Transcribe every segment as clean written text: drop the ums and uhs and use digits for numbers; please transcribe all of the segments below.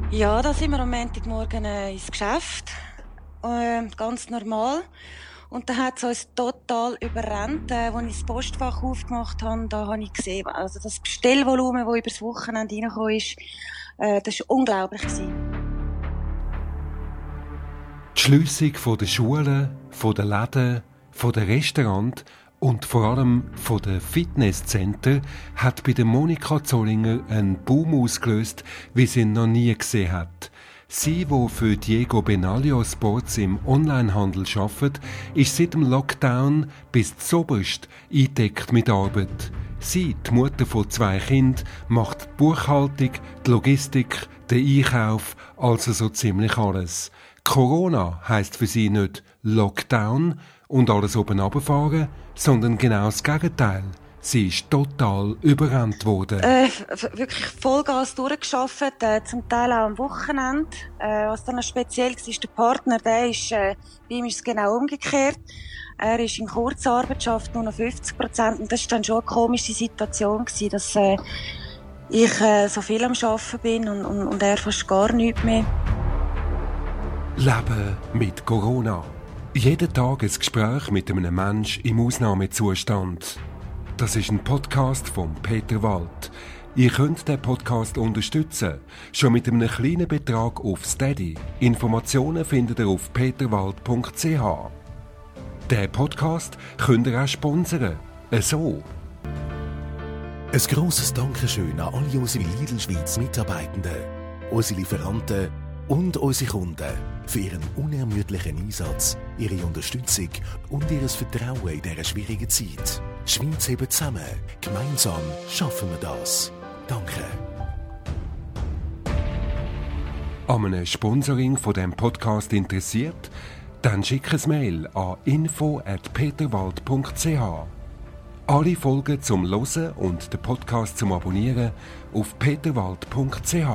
Ja, da sind wir am Montagmorgen ins Geschäft. Ganz normal. Und dann hat es uns total überrannt. Als ich das Postfach aufgemacht habe, da habe ich gesehen, also das Bestellvolumen, das über das Wochenende reingekommen ist, das war unglaublich. Die Schliessung der Schulen, der Läden, der Restaurants und vor allem der Fitnesszentren hat bei der Monika Zollinger einen Boom ausgelöst, wie sie ihn noch nie gesehen hat. Sie, die für Diego Benaglio Sports im Onlinehandel arbeitet, ist seit dem Lockdown bis zuoberst eingedeckt mit Arbeit. Sie, die Mutter von 2 Kindern, macht die Buchhaltung, die Logistik, den Einkauf, also so ziemlich alles. Corona heisst für sie nicht Lockdown und alles oben runterfahren, sondern genau das Gegenteil. Sie ist total überrannt worden. Wirklich Vollgas durchgearbeitet, zum Teil auch am Wochenende. Was dann noch speziell war, ist der Partner, bei ihm ist es genau umgekehrt. Er ist in Kurzarbeit, schafft nur noch 50%. Und das war dann schon eine komische Situation gewesen, dass ich so viel am Arbeiten bin und er fast gar nichts mehr. Leben mit Corona. Jeden Tag ein Gespräch mit einem Menschen im Ausnahmezustand. Das ist ein Podcast von Peter Wald. Ihr könnt den Podcast unterstützen, schon mit einem kleinen Betrag auf Steady. Informationen findet ihr auf peterwald.ch. Den Podcast könnt ihr auch sponsern. So. Ein grosses Dankeschön an alle unsere Lidl Schweiz Mitarbeitenden, unsere Lieferanten und unsere Kunden für ihren unermüdlichen Einsatz, ihre Unterstützung und ihr Vertrauen in dieser schwierigen Zeit. Die Schweiz hebt zusammen. Gemeinsam schaffen wir das. Danke. An einem Sponsoring von diesem Podcast interessiert? Dann schick ein Mail an info@peterwald.ch. Alle Folgen zum Hören und den Podcast zum Abonnieren auf peterwald.ch.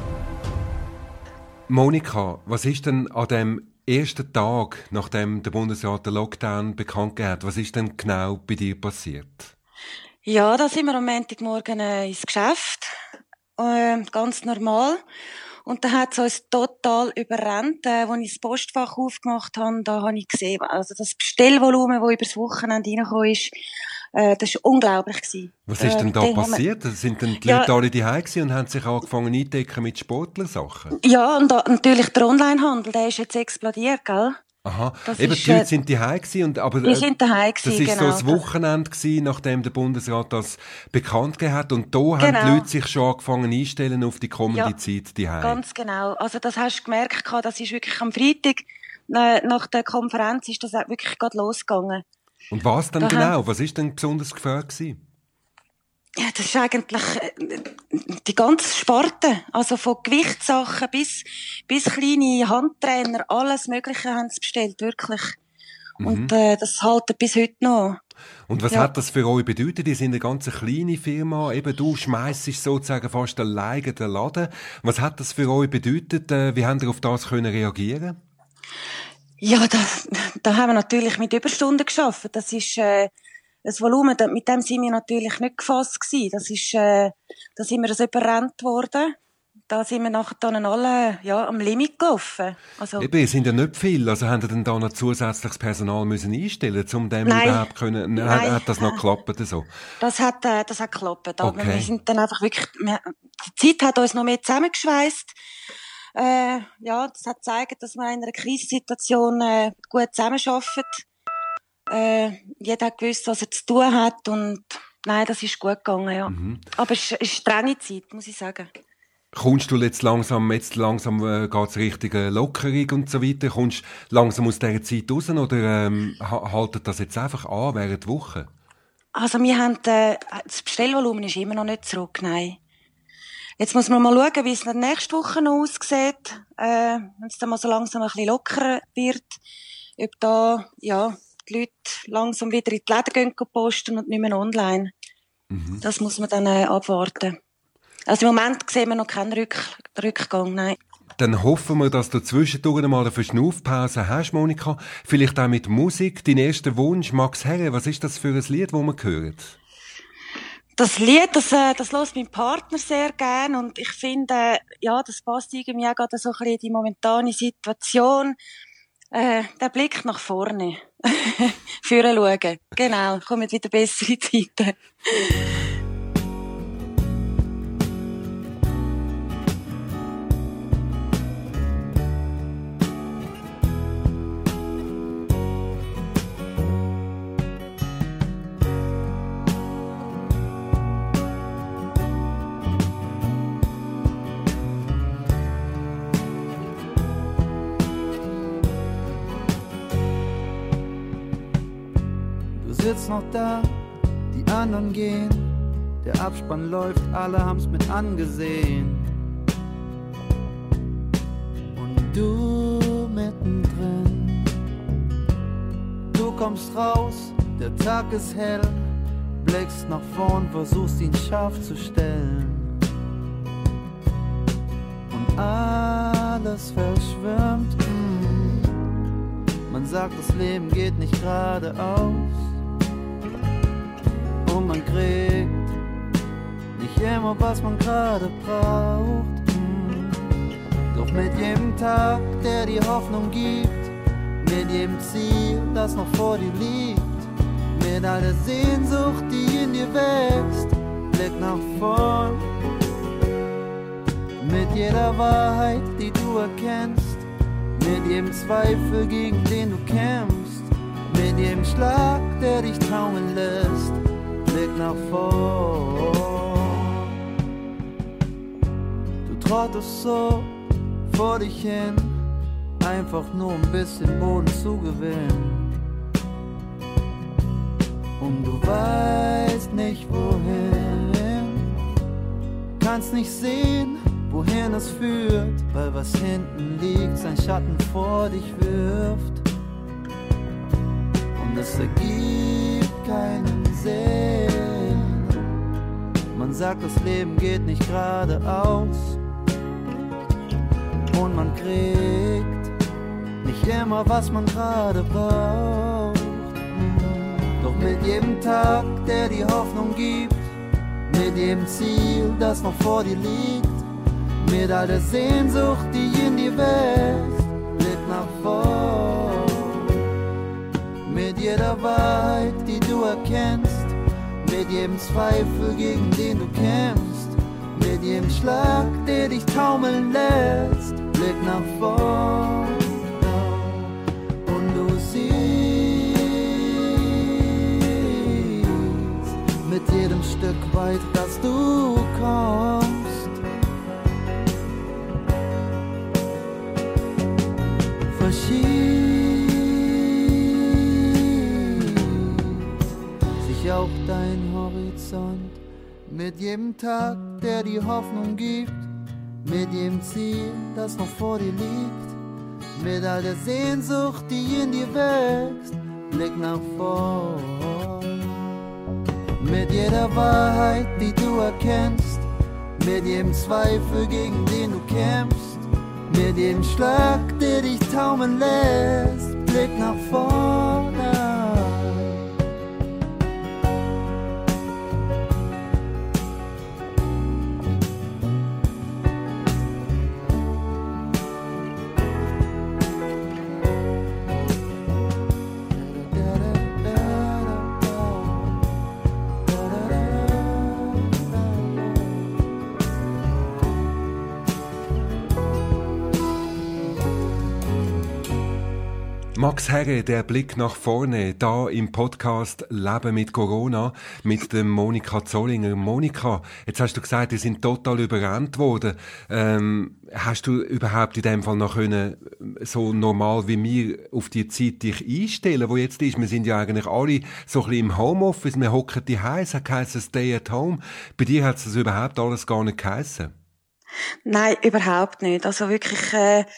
Monika, was ist denn an dem ersten Tag, nachdem der Bundesrat den Lockdown bekannt gegeben hat, was ist denn genau bei dir passiert? Ja, da sind wir am Montagmorgen ins Geschäft. Ganz normal. Und dann hat es uns total überrannt. Als ich das Postfach aufgemacht habe, da habe ich gesehen, also das Bestellvolumen, das über das Wochenende reingekommen ist, das war unglaublich. Was ist denn da passiert? Sind denn die Leute alle daheim gewesen und haben sich angefangen einzudecken mit Sportlersachen? Ja, und natürlich der Onlinehandel, der ist jetzt explodiert, gell? Aha, die Leute sind daheim gewesen, aber die sind daheim gewesen, das war so das Wochenende gewesen, nachdem der Bundesrat das bekannt gegeben hat, und da haben die Leute sich schon angefangen einstellen auf die kommende Zeit daheim. Ganz genau. Also das hast du gemerkt, das ist wirklich am Freitag nach der Konferenz ist das wirklich gerade losgegangen. Und was denn genau? Was ist denn besonders gefährdet gewesen? Ja, das ist eigentlich die ganze Sparte. Also von Gewichtssachen bis kleine Handtrainer, alles Mögliche haben sie bestellt, wirklich. Und das haltet bis heute noch. Und was hat das für euch bedeutet? Ihr seid eine ganz kleine Firma, eben du schmeissest sozusagen fast alleine den Laden. Was hat das für euch bedeutet? Wie habt ihr auf das reagieren? Ja, da haben wir natürlich mit Überstunden gearbeitet. Das ist das Volumen, mit dem sind wir natürlich nicht gefasst gewesen. Da sind wir so überrannt worden. Da sind wir nachher dann alle am Limit gelaufen. Also, eben, es sind ja nicht viele. Also haben ihr denn da noch zusätzliches Personal müssen einstellen, um dem überhaupt können? Nein. Hat das noch geklappt so? Das hat geklappt. Aber Okay. wir sind dann einfach wirklich, die Zeit hat uns noch mehr zusammengeschweißt. Das hat gezeigt, dass wir in einer Krisensituation gut zusammenarbeiten. Jeder hat gewusst, was er zu tun hat, und nein, das ist gut gegangen, ja. Aber es ist eine strenge Zeit, muss ich sagen. Kommst du jetzt langsam geht's Richtung Lockerung und so weiter? Kommst du langsam aus dieser Zeit raus, oder haltet das jetzt einfach an während der Woche? Also wir haben, das Bestellvolumen ist immer noch nicht zurück, nein. Jetzt muss man mal schauen, wie es dann nächste Woche noch aussieht, wenn es dann mal so langsam ein bisschen lockerer wird, ob da, die Leute langsam wieder in die Läden gehen posten und nicht mehr online. Das muss man dann abwarten. Also im Moment sehen wir noch keinen Rückgang, nein. Dann hoffen wir, dass du zwischendurch mal eine Verschnaufpause hast, Monika. Vielleicht auch mit Musik. Dein erster Wunsch, Max Herre, was ist das für ein Lied, das man hört? Das Lied, das hört mein Partner sehr gern und ich finde, ja, das passt irgendwie auch gerade so ein bisschen in die momentane Situation. Der Blick nach vorne. Führen schauen. Genau, kommen wieder bessere Zeiten. Sitzt noch da, die anderen gehen, der Abspann läuft, alle haben's mit angesehen. Und du mittendrin, du kommst raus, der Tag ist hell, blickst nach vorn, versuchst ihn scharf zu stellen. Und alles verschwimmt, man sagt, das Leben geht nicht geradeaus. Und man kriegt nicht immer, was man gerade braucht. Doch mit jedem Tag, der die Hoffnung gibt, mit jedem Ziel, das noch vor dir liegt, mit all der Sehnsucht, die in dir wächst, Blick nach vorn. Mit jeder Wahrheit, die du erkennst, mit jedem Zweifel, gegen den du kämpfst, mit jedem Schlag, der dich taumeln lässt, Blick nach vorn. Du trottest so vor dich hin, einfach nur ein bisschen Boden zu gewinnen. Und du weißt nicht wohin, kannst nicht sehen, wohin es führt, weil was hinten liegt, sein Schatten vor dich wirft. Und es ergibt keinen Sinn. Man sagt, das Leben geht nicht geradeaus. Und man kriegt nicht immer, was man gerade braucht. Doch mit jedem Tag, der die Hoffnung gibt, mit jedem Ziel, das noch vor dir liegt, mit all der Sehnsucht, die in dir wächst, Blick nach vorn. Mit jeder Wahrheit, die du erkennst, mit jedem Zweifel, gegen den du kämpfst, mit jedem Schlag, der dich taumeln lässt, Blick nach vorn. Und du siehst mit jedem Stück weit, dass du kommst. Verschiebt sich auch dein Horizont mit jedem Tag, der die Hoffnung gibt, mit jedem Ziel, das noch vor dir liegt, mit all der Sehnsucht, die in dir wächst, Blick nach vorn. Mit jeder Wahrheit, die du erkennst, mit jedem Zweifel, gegen den du kämpfst, mit jedem Schlag, der dich taumeln lässt, Blick nach vorne. Max Herre, der Blick nach vorne, da im Podcast Leben mit Corona, mit dem Monika Zollinger. Monika, jetzt hast du gesagt, die sind total überrannt worden. Hast du überhaupt in dem Fall noch können, so normal wie wir auf die Zeit dich einstellen, wo jetzt ist? Wir sind ja eigentlich alle so ein bisschen im Homeoffice, wir hocken die Hause, es hat geheißen Stay at Home. Bei dir hat es das überhaupt alles gar nicht geheißen? Nein, überhaupt nicht. Also wirklich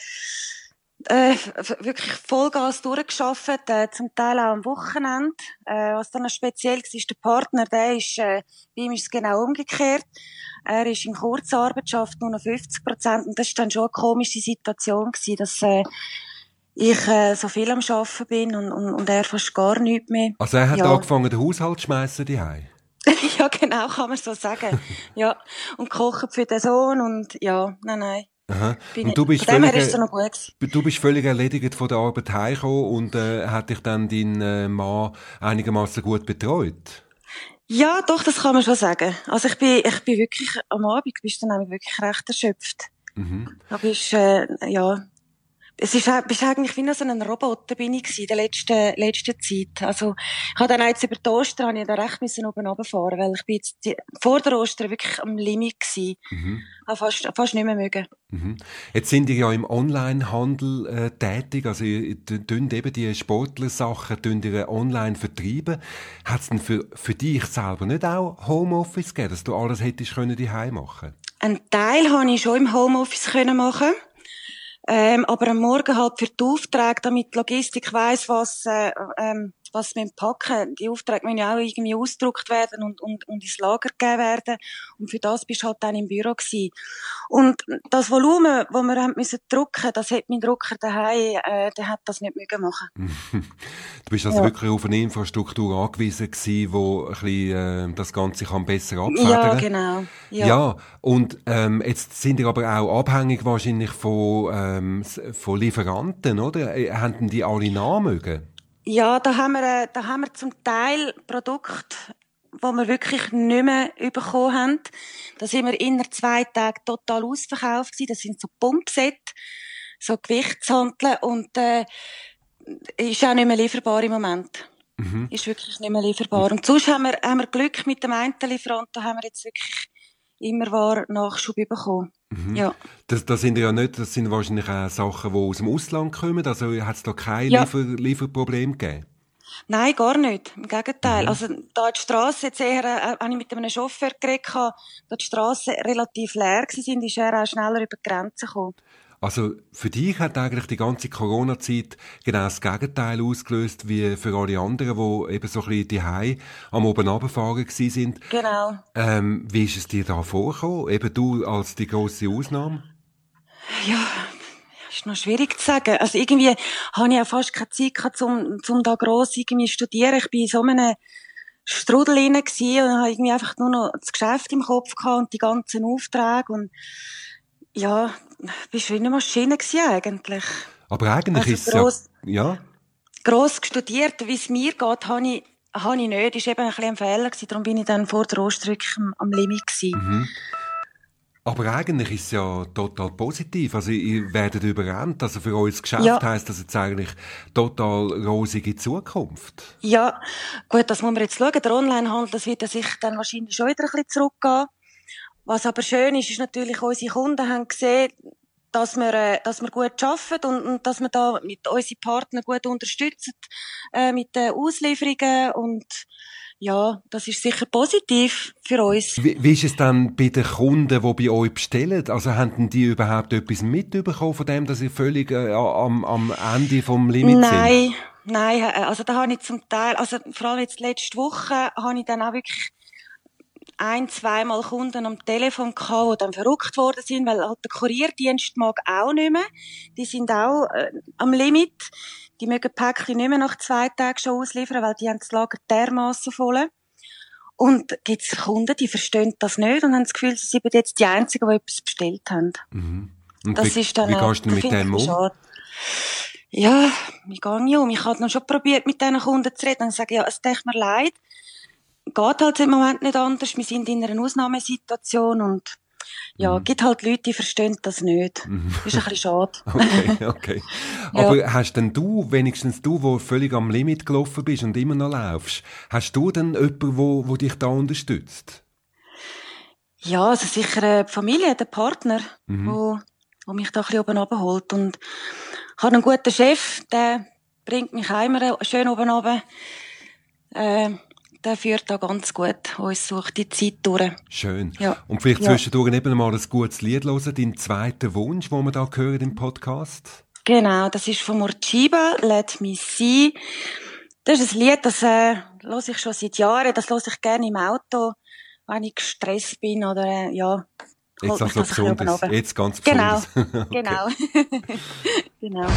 Vollgas durchgearbeitet, zum Teil auch am Wochenende. Was dann noch speziell war, ist der Partner, bei ihm ist es genau umgekehrt. Er ist in Kurzarbeit, nur noch 50%. Und das war dann schon eine komische Situation gewesen, dass ich so viel am Arbeiten bin und er fast gar nichts mehr. Also er hat angefangen, den Haushalt zu schmeissen daheim? Ja, genau, kann man so sagen. Ja. Und kochen für den Sohn und ja, nein. Aha. Und du bist völlig erledigt von der Arbeit heimgekommen und hat dich dann dein Mann einigermaßen gut betreut? Ja, doch, das kann man schon sagen. Also ich bin wirklich, am Abend bist du dann nämlich wirklich recht erschöpft. Da bist, bist eigentlich wie so ein Roboter bin ich gewesen, in der letzten Zeit. Also, ich habe dann auch jetzt über die Ostern, habe ich da recht müssen oben runterfahren, weil ich bin jetzt vor der Ostern wirklich am Limit gewesen. Habe fast nicht mehr mögen. Jetzt sind ihr ja im Onlinehandel tätig, also ihr tun eben die Sportlersachen online vertreiben. Hat es denn für dich selber nicht auch Homeoffice gegeben, dass du alles hättest können daheim machen? Einen Teil habe ich schon im Homeoffice können machen. Aber am Morgen halt für die Aufträge, damit die Logistik weiss, was wir packen. Die Aufträge müssen ja auch irgendwie ausgedruckt werden und ins Lager gegeben werden. Und für das bist du halt dann im Büro gewesen. Und das Volumen, das wir haben müssen drucken, das hat mein Drucker daheim, der hat das nicht mögen machen. Du bist also wirklich auf eine Infrastruktur angewiesen gewesen, wo ein bisschen, das Ganze kann besser abfedern. Ja, genau. Ja, und jetzt sind ihr aber auch abhängig wahrscheinlich von Lieferanten, oder? Haben die alle nachmögen? Ja, da haben wir zum Teil Produkte, die wir wirklich nicht mehr bekommen haben. Da sind wir innerhalb 2 Tagen total ausverkauft gewesen. Das sind so Pumpset, so Gewichtshanteln und ist auch nicht mehr lieferbar im Moment. Ist wirklich nicht mehr lieferbar. Und sonst haben wir Glück mit dem einen Lieferanten, da haben wir jetzt wirklich immer Nachschub bekommen. Ja. Das sind wahrscheinlich auch Sachen, die aus dem Ausland kommen. Also hat es da kein Lieferproblem gegeben? Nein, gar nicht. Im Gegenteil. Also, da die Strasse jetzt eher, habe ich mit einem Chauffeur geredet, da die Strasse relativ leer war, ist er auch schneller über die Grenze gekommen. Also, für dich hat eigentlich die ganze Corona-Zeit genau das Gegenteil ausgelöst, wie für alle anderen, die eben so ein bisschen daheim am oben runterfahren gewesen sind. Genau. Wie ist es dir da vorgekommen? Eben du als die grosse Ausnahme? Ja, ist noch schwierig zu sagen. Also irgendwie habe ich auch fast keine Zeit gehabt, um da gross irgendwie zu studieren. Ich bin in so einem Strudel rein gewesen und habe irgendwie einfach nur noch das Geschäft im Kopf gehabt und die ganzen Aufträge und ja, bist wie eine Maschine gewesen eigentlich. Aber eigentlich also ist es ja. Gross studiert, wie es mir geht, habe ich nicht. Das war eben ein bisschen ein Fehler gewesen. Darum bin ich dann vor der Ostern wirklich am Limit gewesen. Aber eigentlich ist es ja total positiv. Also, ihr werdet überrannt. Also, für euch das Geschäft heisst das jetzt eigentlich total rosige Zukunft. Ja, gut, das muss man jetzt schauen. Der Onlinehandel, das wird sich dann wahrscheinlich schon wieder ein bisschen zurückgehen. Was aber schön ist natürlich, unsere Kunden haben gesehen, dass wir gut arbeiten und dass wir da mit unseren Partnern gut unterstützen, mit den Auslieferungen und ja, das ist sicher positiv für uns. Wie ist es dann bei den Kunden, die bei euch bestellen? Also, haben die überhaupt etwas mitbekommen von dem, dass ihr völlig am Ende vom Limit sind? Nein, also da habe ich zum Teil, also vor allem jetzt letzte Woche, habe ich dann auch wirklich 1-2 Mal Kunden am Telefon gehabt, die dann verrückt worden sind, weil halt der Kurierdienst mag auch nicht mehr. Die sind auch am Limit. Die mögen Päckchen nicht mehr nach 2 Tagen schon ausliefern, weil die haben das Lager dermassen voll. Und gibt's Kunden, die verstehen das nicht und haben das Gefühl, sie sind jetzt die Einzigen, die etwas bestellt haben. Und das ist dann, wie gehst du mit dem um? Schade. Ja, wie gehe ich um? Ich habe dann schon probiert, mit diesen Kunden zu reden und sage, ja, es tut mir leid. Geht halt im Moment nicht anders. Wir sind in einer Ausnahmesituation und ja, gibt halt Leute, die verstehen das nicht. Das ist ein bisschen schade. Okay. Aber hast denn wenigstens du, der völlig am Limit gelaufen bist und immer noch laufst, hast du denn jemanden, wo dich da unterstützt? Ja, also sicher die Familie, der Partner, wo mich da ein bisschen oben runterholt. Und ich habe einen guten Chef, der bringt mich immer schön oben runter. Der führt da ganz gut uns durch die Zeit durch. Schön. Ja. Und vielleicht zwischendurch eben mal ein gutes Lied hören, deinen zweiten Wunsch, den wir da hören im Podcast. Genau, das ist von Morchiba, Let Me See. Das ist ein Lied, das höre ich schon seit Jahren, das höre ich gerne im Auto, wenn ich gestresst bin oder Jetzt also besonders, jetzt ganz besonders. Genau, genau.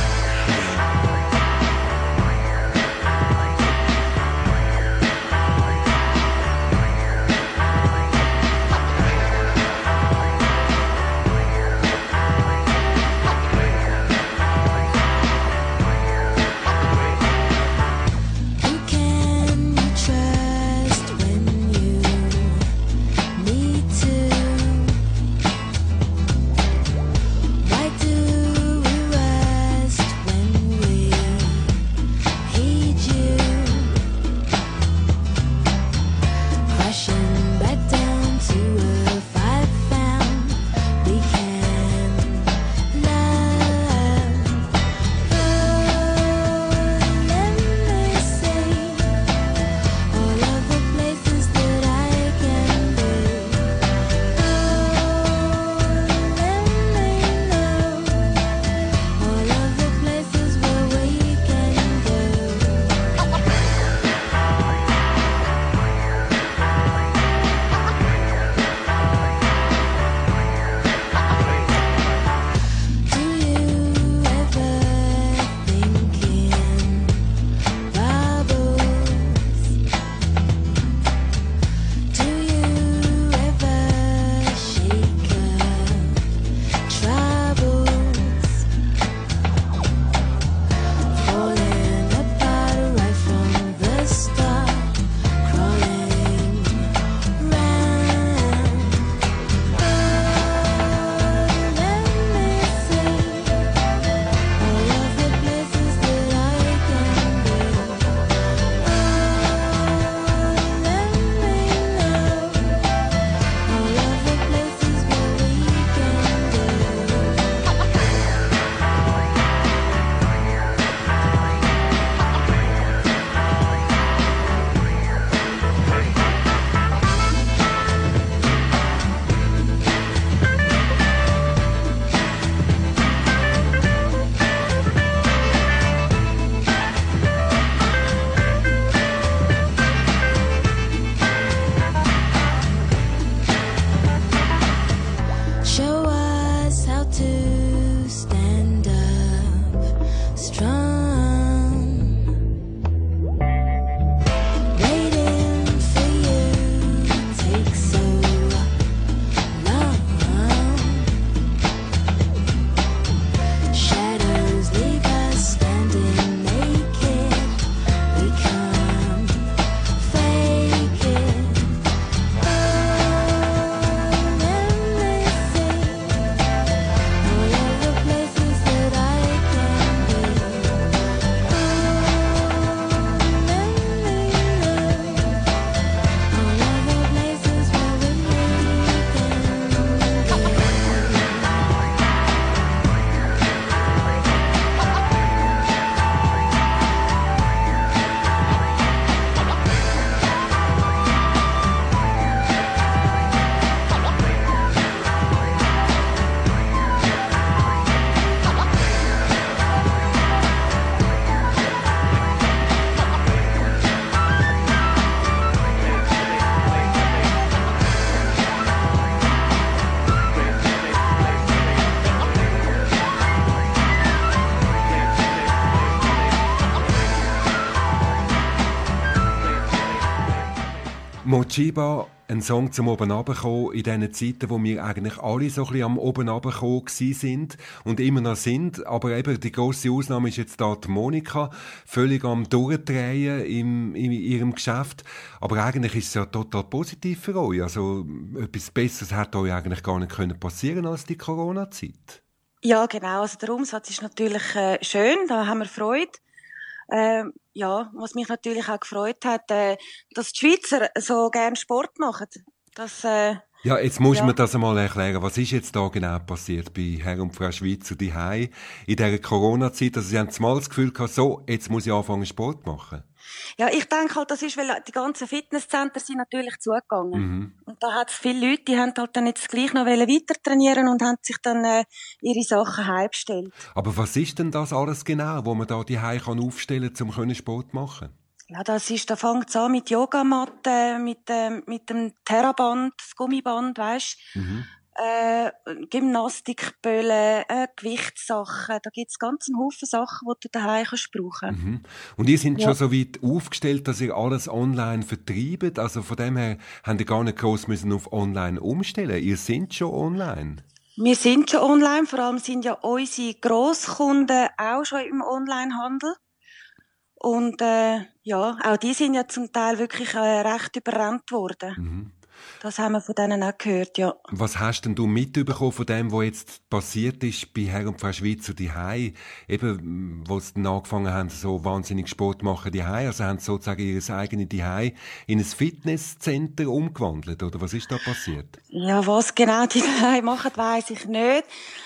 Mochiba, ein Song zum oben runterkommen in diesen Zeiten, wo wir eigentlich alle so ein bisschen am oben runterkommen sind und immer noch sind. Aber eben die grosse Ausnahme ist jetzt da die Monika, völlig am Durchdrehen in ihrem Geschäft. Aber eigentlich ist es ja total positiv für euch. Also etwas Besseres hätte euch eigentlich gar nicht passieren können als die Corona-Zeit. Ja, genau. Also der Umsatz ist natürlich schön, da haben wir Freude. Ja, was mich natürlich auch gefreut hat, dass die Schweizer so gerne Sport machen. Ja, jetzt muss man das einmal erklären. Was ist jetzt da genau passiert bei Herr und Frau Schweizer daheim in dieser Corona-Zeit? Also Sie haben zumal das Gefühl gehabt, so, jetzt muss ich anfangen Sport machen. Ja, ich denke halt, das ist, weil die ganzen Fitnesscenter sind natürlich zugegangen. Mhm. Und da hat es viele Leute, die haben halt dann jetzt gleich noch weiter trainieren und haben sich dann ihre Sachen heimgestellt. Aber was ist denn das alles genau, wo man da daheim aufstellen kann, um Sport machen? Ja, da fängt es an mit Yogamatte, mit dem Theraband, das Gummiband, weisst. Mhm. Gymnastikböllen, Gewichtssachen. Da gibt es ganz einen Haufen Sachen, die du daheim brauchen kannst. Mhm. Und ihr seid schon so weit aufgestellt, dass ihr alles online vertreibt? Also von dem her habt ihr gar nicht gross müssen auf online umstellen. Ihr seid schon online? Wir sind schon online. Vor allem sind ja unsere Grosskunden auch schon im Onlinehandel. Und ja, auch die sind ja zum Teil wirklich recht überrannt worden. Mhm. Das haben wir von denen auch gehört, ja. Was hast denn du mitbekommen von dem, was jetzt passiert ist bei Herr und Frau Schweizer daheim? Eben, wo sie dann angefangen haben, so wahnsinnig Sport machen daheim. Also haben sie sozusagen ihr eigenes daheim in ein Fitnesscenter umgewandelt, oder was ist da passiert? Ja, was genau die daheim machen, weiss ich nicht.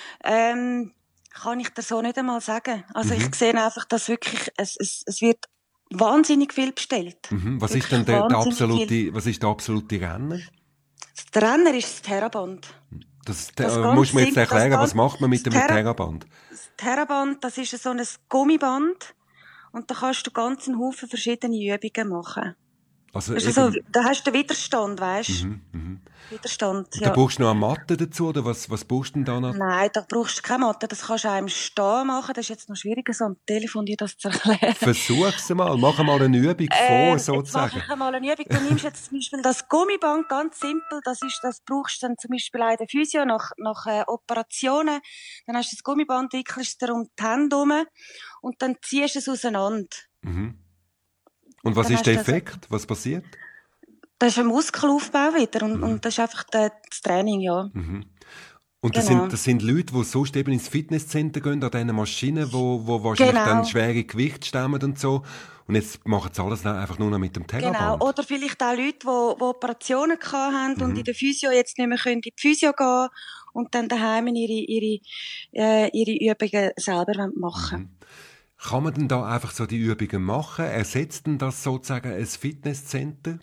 Kann ich dir so nicht einmal sagen. Also ich sehe einfach, dass wirklich, es wird wahnsinnig viel bestellt. Mhm. Was ist denn der absolute Renner? Der Renner ist das Theraband. Das muss man jetzt erklären, was macht man mit dem Theraband? Das Theraband, das ist so ein Gummiband und da kannst du ganz einen Haufen verschiedene Übungen machen. Also da hast du den Widerstand, weisst? Widerstand, ja. Da brauchst du noch eine Matte dazu, oder was brauchst du denn da noch? Nein, da brauchst du keine Matte, das kannst du auch im Stehen machen. Das ist jetzt noch schwieriger, so am Telefon dir das zu erklären. Versuch's mal, mach mal eine Übung vor, sozusagen. Mach mal eine Übung. Du nimmst jetzt zum Beispiel das Gummiband, ganz simpel, das brauchst du dann zum Beispiel auch in der Physio nach Operationen. Dann hast du das Gummiband, wickelst dir um die Hände herum und dann ziehst du es auseinander. Mhm. Und was ist der Effekt? Was passiert? Das ist ein Muskelaufbau wieder und das ist einfach das Training, ja. Mhm. Und das sind Leute, die sonst eben ins Fitnesscenter gehen, an diesen Maschinen, wo wahrscheinlich dann schwere Gewichte stemmen und so. Und jetzt machen sie alles einfach nur noch mit dem Theraband. Genau. Oder vielleicht auch Leute, die Operationen hatten und in der Physio jetzt nicht mehr in die Physio gehen und dann daheim ihre Übungen selber machen. Mhm. Kann man denn da einfach so die Übungen machen? Ersetzt denn das sozusagen ein Fitnesscenter?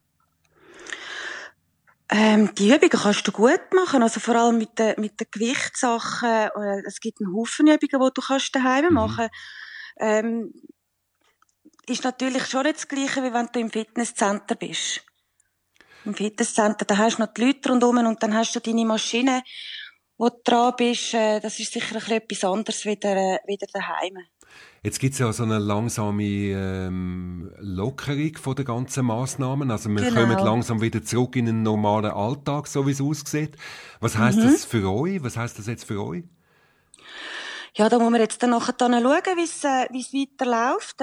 Die Übungen kannst du gut machen, also vor allem mit den Gewichtssachen. Es gibt einen Haufen Übungen, die du daheim machen kannst. Ist natürlich schon nicht das Gleiche, wie wenn du im Fitnesscenter bist. Im Fitnesscenter, da hast du noch die Leute rundherum und dann hast du deine Maschine, wo du dran bist. Das ist sicher etwas anderes wieder daheim. Jetzt gibt es ja so eine langsame Lockerung von den ganzen Massnahmen. Also wir kommen langsam wieder zurück in einen normalen Alltag, so wie es aussieht. Was heisst das für euch? Was heisst das jetzt für euch? Ja, da muss man jetzt dann nachher schauen, wie es weiterläuft.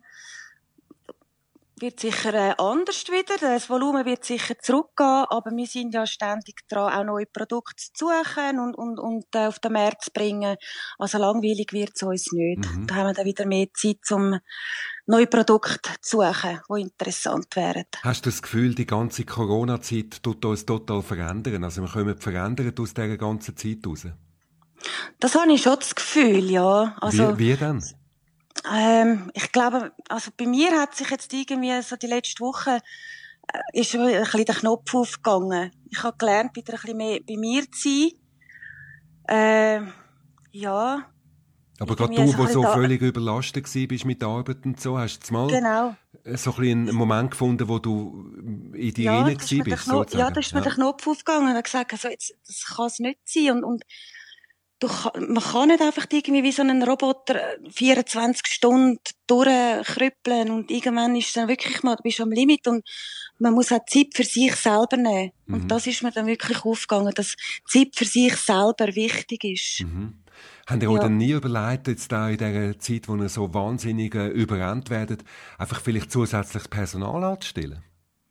Wird sicher anders wieder. Das Volumen wird sicher zurückgehen, aber wir sind ja ständig dran, auch neue Produkte zu suchen und auf den Markt zu bringen. Also langweilig wird es uns nicht. Mhm. Da haben wir dann wieder mehr Zeit, um neue Produkte zu suchen, die interessant wären. Hast du das Gefühl, die ganze Corona-Zeit tut uns total verändern? Also wir kommen verändert aus dieser ganzen Zeit raus? Das habe ich schon das Gefühl, ja. Also, wie denn? Ich glaube, also bei mir hat sich jetzt irgendwie so die letzte Woche ist schon ein bisschen der Knopf aufgegangen. Ich habe gelernt, wieder ein bisschen mehr bei mir zu sein. Ja. Aber gerade du, der so völlig überlastet warst mit der Arbeit und so, hast du mal so ein bisschen einen Moment gefunden, wo du in dir rein bist? Ja, da ist mir der Knopf aufgegangen und habe gesagt, also jetzt, das kann es nicht sein. Und man kann nicht einfach irgendwie wie so einen Roboter 24 Stunden durchkrüppeln und irgendwann ist dann wirklich mal, du bist am Limit und man muss auch Zeit für sich selber nehmen. Und das ist mir dann wirklich aufgegangen, dass Zeit für sich selber wichtig ist. Habt ihr euch dann nie überlegt, jetzt da in dieser Zeit, wo ihr so wahnsinnig überrannt werdet, einfach vielleicht zusätzliches Personal anzustellen?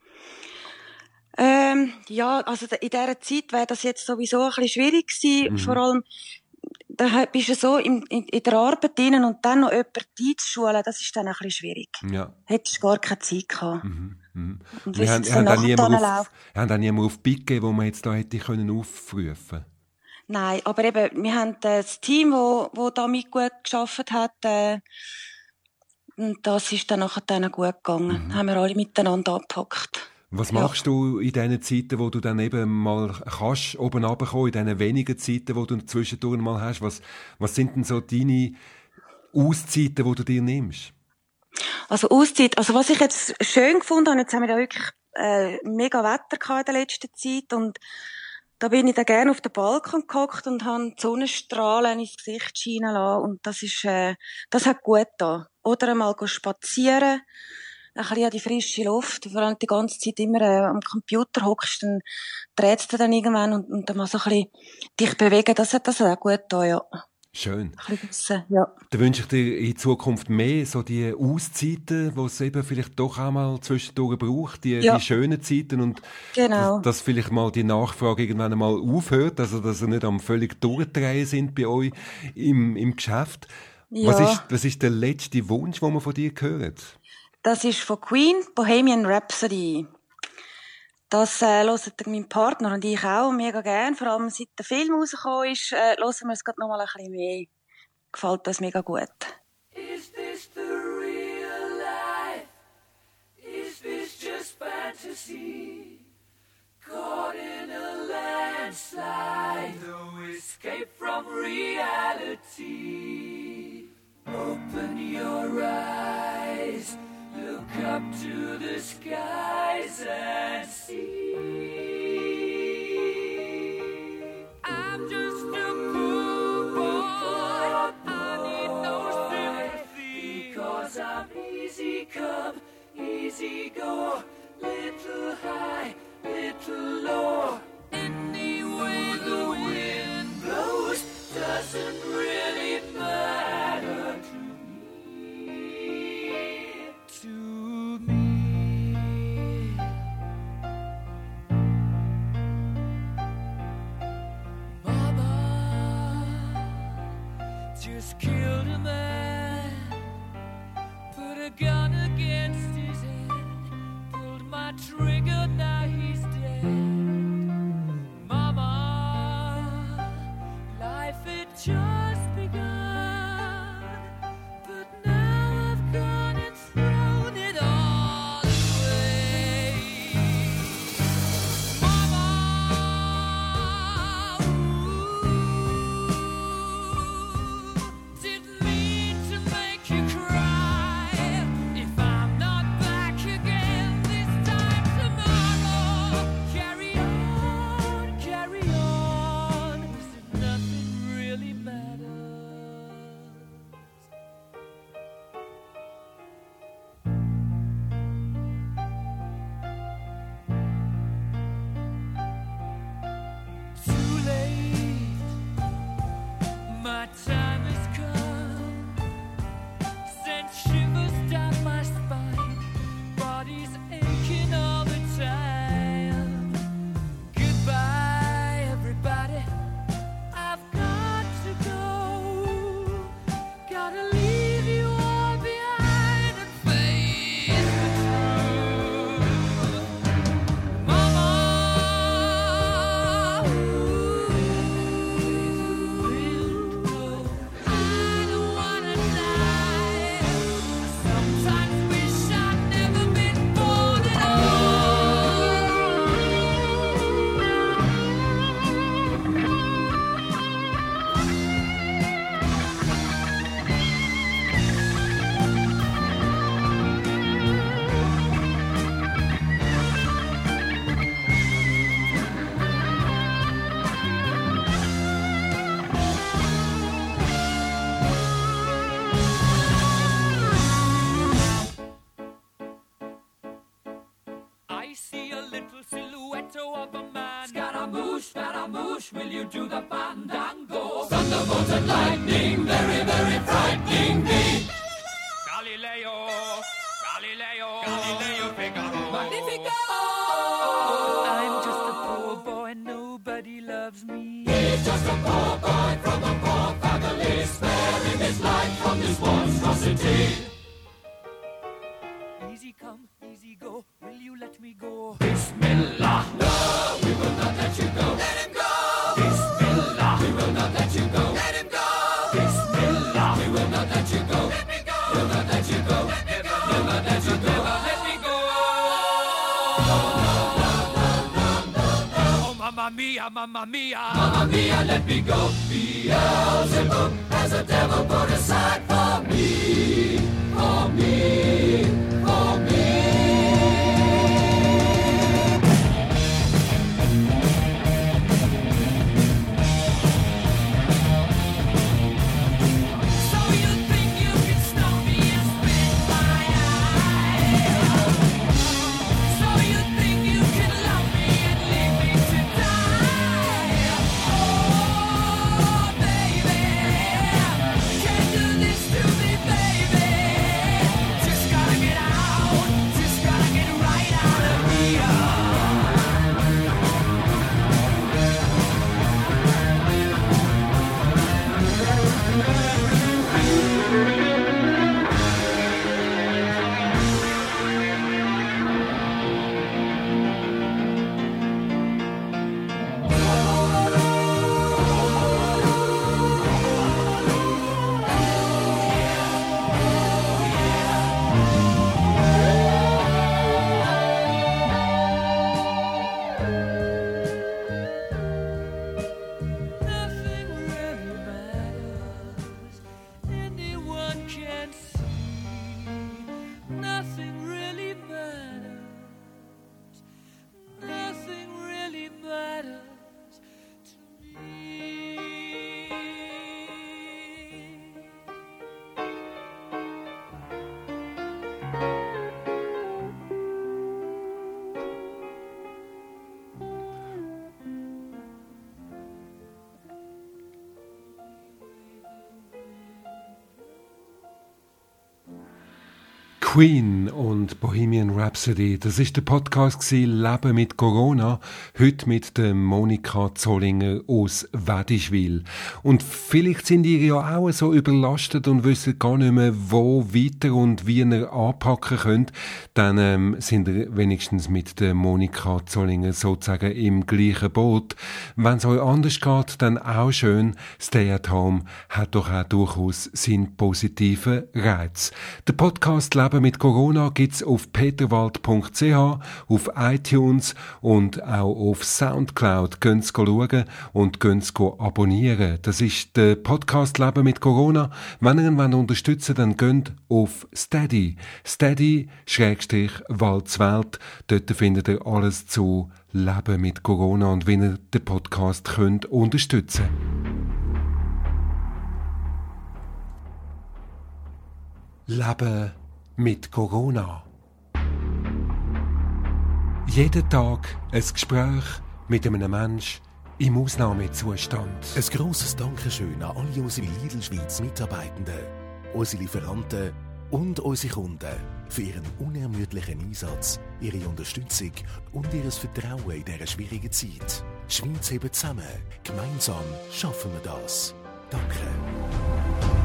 Ja, also in dieser Zeit wäre das jetzt sowieso ein bisschen schwierig gewesen. Vor allem, da bist du so in der Arbeit drin und dann noch jemanden einzuschulen, das ist dann ein bisschen schwierig. Ja. Hättest gar keine Zeit gehabt. Und wir haben da niemand auf Big gegeben, wo man jetzt da hätte aufrufen können. Nein, aber eben, wir haben das Team, wo da mit gut gearbeitet hat, und das ist dann nachher gut gegangen. Haben wir alle miteinander angepackt. Was machst du in diesen Zeiten, wo du dann eben mal kannst, oben runterkommen, in diesen wenigen Zeiten, wo du zwischendurch mal hast? Was sind denn so deine Auszeiten, die du dir nimmst? Also Auszeit, also was ich jetzt schön gefunden habe, jetzt haben wir ja wirklich mega Wetter gehabt in der letzten Zeit und da bin ich dann gerne auf den Balkon gehockt und habe die Sonnenstrahlen ins Gesicht scheinen lassen und das hat gut getan. Oder einmal spazieren, ein bisschen an die frische Luft, vor allem die ganze Zeit immer am Computer hockst, dann drehst du dann irgendwann und dann mal so ein bisschen dich bewegen, das hat auch gut getan, ja. Schön. Ein bisschen, ja. Dann wünsche ich dir in Zukunft mehr so die Auszeiten, die es eben vielleicht doch auch mal zwischendurch braucht, die schönen Zeiten und dass vielleicht mal die Nachfrage irgendwann mal aufhört, also dass sie nicht am völlig durchdrehen sind bei euch im Geschäft. Ja. Was ist der letzte Wunsch, den man von dir hört? Das ist von Queen, Bohemian Rhapsody. Das hören mein Partner und ich auch mega gern. Vor allem seit der Film rausgekommen ist, hören wir es gerade noch mal ein bisschen mehr. Gefällt uns mega gut. Is this the real life? Is this just fantasy? Caught in a landslide, no escape from reality. Open your eyes. Look up to the skies and see. I'm just a poor boy. I need no sympathy. Because I'm easy come, easy go. Little high, little low. Any way the wind blows doesn't really matter to me. Just killed a man, put a gun against his head, pulled my trigger, now he's dead. Mama, life had just begun, but now I've gone and thrown it all away. Mama, didn't mean to make you cry. If I'm not back again this time tomorrow, carry on, as if nothing really matters. push, will you do the fandango? Thunderbolt and lightning, very, very frightening me. Galileo, Galileo, Galileo Figaro. Magnifico! I'm just a poor boy, nobody loves me. He's just a poor boy from a poor family, sparing his life from this monstrosity. Easy come, easy go, will you let me go? Bismillah, no, we will not let you go. Let him go! Bismillah, we will not let you go. Let him go! Bismillah, we will not let you go. Let me go! We'll not let you go. Let me go! We'll not let you go. Let me go! Oh, mamma mia, mamma mia. Mamma mia, let me go. Beelzebub has a devil put aside for me. For me. For me. Queen und Bohemian Rhapsody, das ist der Podcast «Leben mit Corona», heute mit der Monika Zollinger aus Wädischwil. Und vielleicht sind ihr ja auch so überlastet und wissen gar nicht mehr, wo weiter und wie ihr anpacken könnt, dann sind ihr wenigstens mit der Monika Zollinger sozusagen im gleichen Boot. Wenn es euch anders geht, dann auch schön. Stay at Home hat doch auch durchaus seinen positiven Reiz. Der Podcast «Leben mit Corona» gibt's auf peterwald.ch, auf iTunes und auch auf Soundcloud. Gönnt's schauen und gönnt's abonnieren. Das ist der Podcast «Leben mit Corona». Wenn ihr ihn unterstützen wollt, dann gönnt auf Steady. Steady-Waldswelt. Dort findet ihr alles zu «Leben mit Corona» und wie ihr den Podcast könnt unterstützen. Leben mit Corona. Jeden Tag ein Gespräch mit einem Menschen im Ausnahmezustand. Ein grosses Dankeschön an alle unsere Lidl Schweiz Mitarbeitenden, unsere Lieferanten und unsere Kunden für ihren unermüdlichen Einsatz, ihre Unterstützung und ihr Vertrauen in dieser schwierigen Zeit. Schweiz hebt zusammen. Gemeinsam schaffen wir das. Danke.